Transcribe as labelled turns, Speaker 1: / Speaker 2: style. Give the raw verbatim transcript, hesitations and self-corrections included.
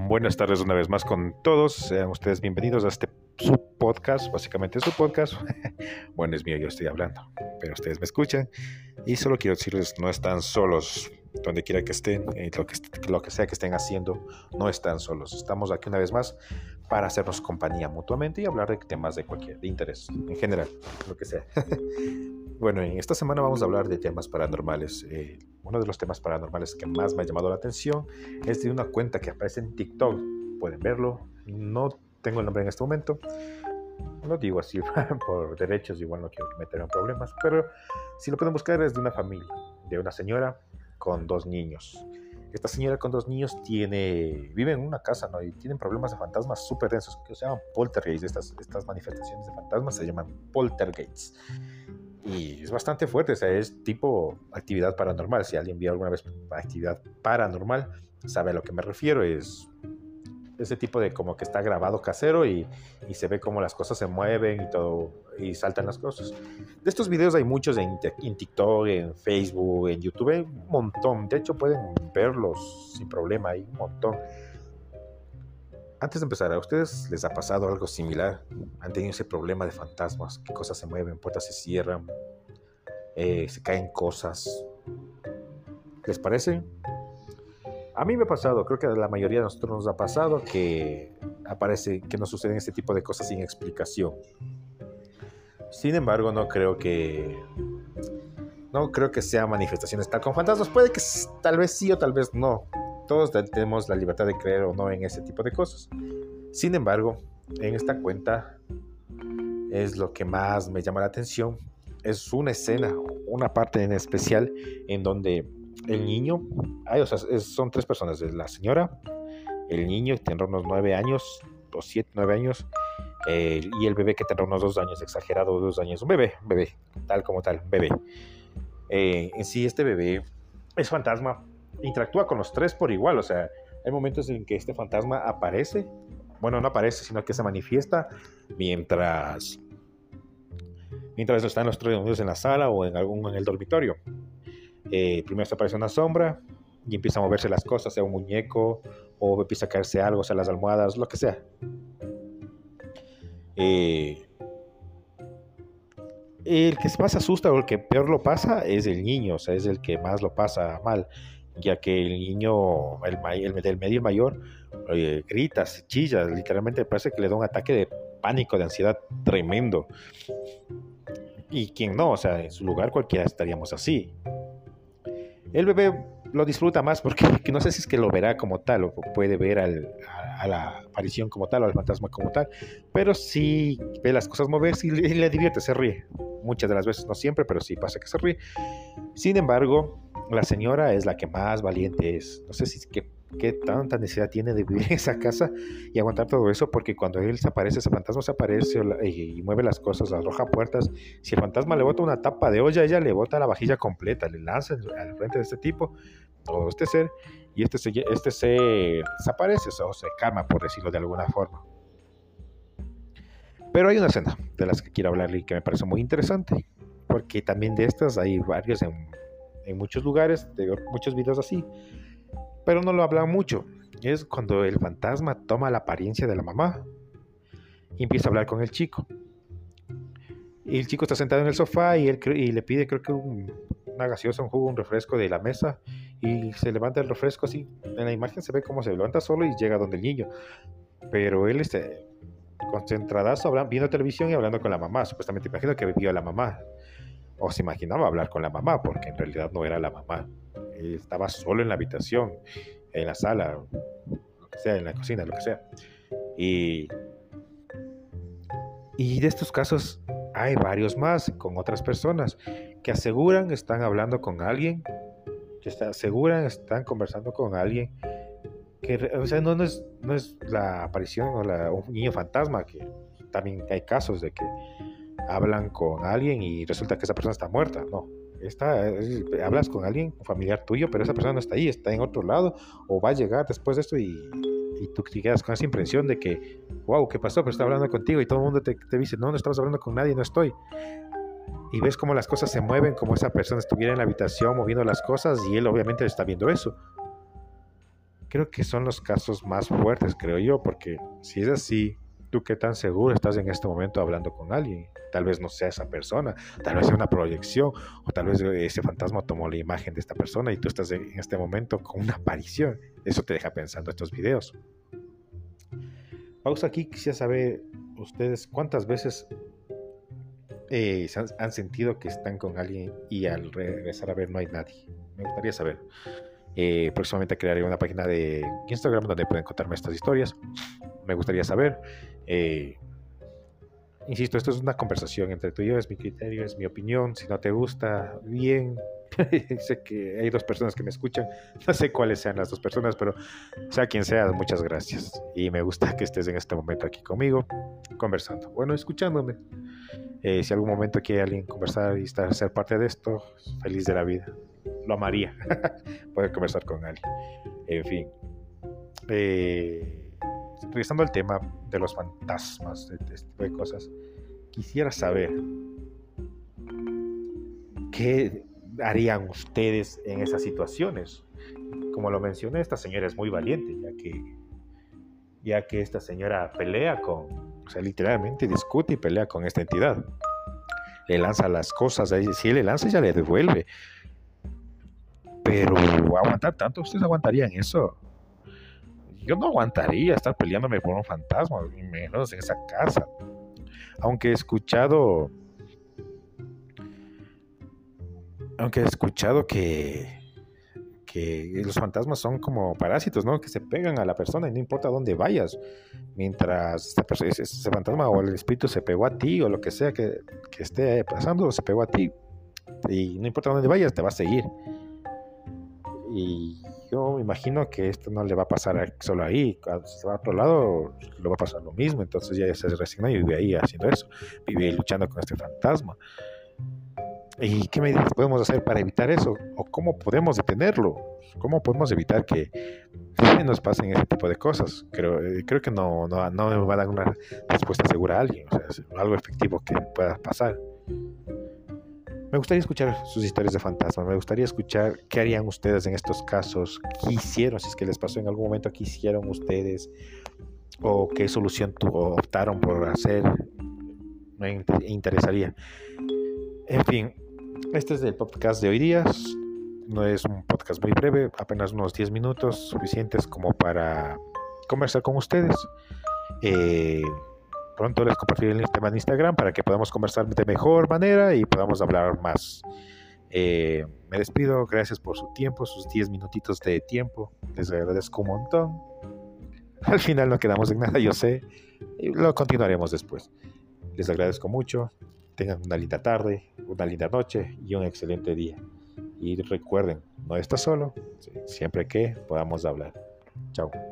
Speaker 1: Buenas tardes una vez más con todos. Sean ustedes bienvenidos a este su podcast, básicamente su podcast. Bueno, es mío, yo estoy hablando, pero ustedes me escuchan. Y solo quiero decirles, no están solos. Donde quiera que estén, eh, lo, que, lo que sea que estén haciendo, no están solos. Estamos aquí una vez más para hacernos compañía mutuamente y hablar de temas de cualquier de interés, en general, lo que sea. Bueno, en esta semana vamos a hablar de temas paranormales. Eh, uno de los temas paranormales que más me ha llamado la atención es de una cuenta que aparece en TikTok. Pueden verlo. No tengo el nombre en este momento. No digo así por derechos, igual no quiero meterme en problemas, pero si lo pueden buscar es de una familia, de una señora con dos niños. Esta señora con dos niños tiene, vive en una casa, ¿no? Y tienen problemas de fantasmas súper densos, que se llaman poltergeists. Estas, estas manifestaciones de fantasmas se llaman poltergeists. Y es bastante fuerte, o sea, es tipo actividad paranormal. Si alguien vio alguna vez actividad paranormal, sabe a lo que me refiero. Es ese tipo de como que está grabado casero y, y se ve como las cosas se mueven y todo, y saltan las cosas. De estos videos hay muchos en, en TikTok, en Facebook, en YouTube, hay un montón. De hecho, pueden verlos sin problema, hay un montón. Antes de empezar, ¿a ustedes les ha pasado algo similar? ¿Han tenido ese problema de fantasmas? ¿Qué cosas se mueven? ¿Puertas se cierran? Eh, ¿Se caen cosas? ¿Les parece? A mí me ha pasado, creo que a la mayoría de nosotros nos ha pasado que aparece, que nos suceden este tipo de cosas sin explicación. Sin embargo, no creo que no creo que sean manifestaciones tal con fantasmas. Puede que tal vez sí o tal vez no. Todos tenemos la libertad de creer o no en ese tipo de cosas. Sin embargo, en esta cuenta es lo que más me llama la atención. Es una escena, una parte en especial en donde el niño, ay, o sea, es, son tres personas, la señora, el niño que tendrá unos nueve años, o siete, nueve años, eh, y el bebé que tendrá unos dos años, exagerado, dos años, un bebé, un bebé, tal como tal, un bebé. Eh, en sí, este bebé es fantasma, interactúa con los tres por igual, o sea, hay momentos en que este fantasma aparece, bueno, no aparece, sino que se manifiesta mientras, mientras están los tres reunidos en la sala o en, algún, en el dormitorio. Eh, primero se aparece una sombra y empieza a moverse las cosas, sea un muñeco o empieza a caerse algo, sea las almohadas, lo que sea. Eh, el que más asusta o el que peor lo pasa es el niño, o sea, es el que más lo pasa mal, ya que el niño, el, el del medio mayor, eh, grita, se chilla, literalmente parece que le da un ataque de pánico, de ansiedad tremendo. Y quien no, o sea, en su lugar cualquiera estaríamos así. El bebé lo disfruta más porque no sé si es que lo verá como tal o puede ver al, a, a la aparición como tal o al fantasma como tal, pero sí ve las cosas moverse y le, y le divierte, se ríe. Muchas de las veces, no siempre, pero sí pasa que se ríe. Sin embargo, la señora es la que más valiente es. No sé si es que qué tanta necesidad tiene de vivir en esa casa y aguantar todo eso, porque cuando él se aparece, ese fantasma se aparece y, y mueve las cosas, arroja puertas. Si el fantasma le bota una tapa de olla, ella le bota la vajilla completa, le lanza al frente de este tipo o este ser, y este se, este se desaparece o se calma, por decirlo de alguna forma. Pero hay una escena de las que quiero hablar y que me parece muy interesante, porque también de estas hay varios en, en muchos lugares, de muchos videos así, pero no lo hablan mucho. Es cuando el fantasma toma la apariencia de la mamá y empieza a hablar con el chico. Y el chico está sentado en el sofá y, él, y le pide, creo que un, una gaseosa, un jugo, un refresco de la mesa, y se levanta el refresco así. En la imagen se ve cómo se levanta solo y llega donde el niño. Pero él está concentradazo viendo televisión y hablando con la mamá. Supuestamente imagino que vio a la mamá, o se imaginaba hablar con la mamá, porque en realidad no era la mamá. Él estaba solo en la habitación, en la sala, lo que sea, en la cocina, lo que sea. Y, y de estos casos hay varios más con otras personas que aseguran están hablando con alguien, que está, aseguran están conversando con alguien, que, o sea, no, no, es, no es la aparición o la, un niño fantasma, que también hay casos de que hablan con alguien y resulta que esa persona está muerta, no. Está, es, hablas con alguien, un familiar tuyo, pero esa persona no está ahí, está en otro lado, o va a llegar después de esto y, y tú te quedas con esa impresión de que, wow, ¿qué pasó? Pero está hablando contigo y todo el mundo te, te dice, no, no estamos hablando con nadie, no estoy. Y ves cómo las cosas se mueven, como esa persona estuviera en la habitación moviendo las cosas y él obviamente está viendo eso. creo que son los casos más fuertes, creo yo, porque si es así, ¿tú qué tan seguro estás en este momento hablando con alguien? Tal vez no sea esa persona, tal vez sea una proyección, o tal vez ese fantasma tomó la imagen de esta persona y tú estás en este momento con una aparición. Eso te deja pensando estos videos. Pausa aquí, quisiera saber ustedes cuántas veces eh, se han, han sentido que están con alguien y al regresar a ver no hay nadie. Me gustaría saber. Eh, próximamente crearé una página de Instagram donde pueden contarme estas historias. Me gustaría saber. Eh, insisto, esto es una conversación entre tú y yo, es mi criterio, es mi opinión. Si no te gusta, bien. Sé que hay dos personas que me escuchan. No sé cuáles sean las dos personas, pero sea quien sea, muchas gracias. Y me gusta que estés en este momento aquí conmigo, conversando. Bueno, escuchándome. Eh, si algún momento quiere alguien conversar y estar, ser parte de esto, feliz de la vida. Lo amaría poder conversar con alguien. En fin. Eh, regresando al tema de los fantasmas, de, de este tipo de cosas, quisiera saber qué harían ustedes en esas situaciones. Como lo mencioné, esta señora es muy valiente, ya que, ya que esta señora pelea con, o sea, literalmente discute y pelea con esta entidad. Le lanza las cosas, si él le lanza, ella le devuelve. Pero aguantar tanto, ¿ustedes aguantarían eso? Yo no aguantaría estar peleándome por un fantasma, menos en esa casa. Aunque he escuchado, aunque he escuchado que, que los fantasmas son como parásitos, ¿no? Que se pegan a la persona y no importa dónde vayas. Mientras esta persona, ese, ese fantasma o el espíritu se pegó a ti o lo que sea que, que esté pasando, se pegó a ti. Y no importa dónde vayas, te va a seguir. Y yo me imagino que esto no le va a pasar solo ahí. Si se va a otro lado, le va a pasar lo mismo. Entonces ya se resigna y vive ahí haciendo eso. Vive luchando con este fantasma. ¿Y qué medidas podemos hacer para evitar eso? ¿O cómo podemos detenerlo? ¿Cómo podemos evitar que nos pasen ese tipo de cosas? Creo, creo que no, no, no me va a dar una respuesta segura a alguien. O sea, algo efectivo que pueda pasar. Me gustaría escuchar sus historias de fantasmas, me gustaría escuchar qué harían ustedes en estos casos, qué hicieron, si es que les pasó en algún momento, qué hicieron ustedes o qué solución tu, optaron por hacer, me interesaría. En fin, este es el podcast de hoy día, no es un podcast muy breve, apenas unos diez minutos, suficientes como para conversar con ustedes. Eh... Pronto les compartiré el tema en Instagram para que podamos conversar de mejor manera y podamos hablar más. Eh, me despido, gracias por su tiempo, sus diez minutitos de tiempo. Les agradezco un montón. Al final no quedamos en nada, yo sé. Y lo continuaremos después. Les agradezco mucho. Tengan una linda tarde, una linda noche y un excelente día. Y recuerden, no estás solo, siempre que podamos hablar. Chao.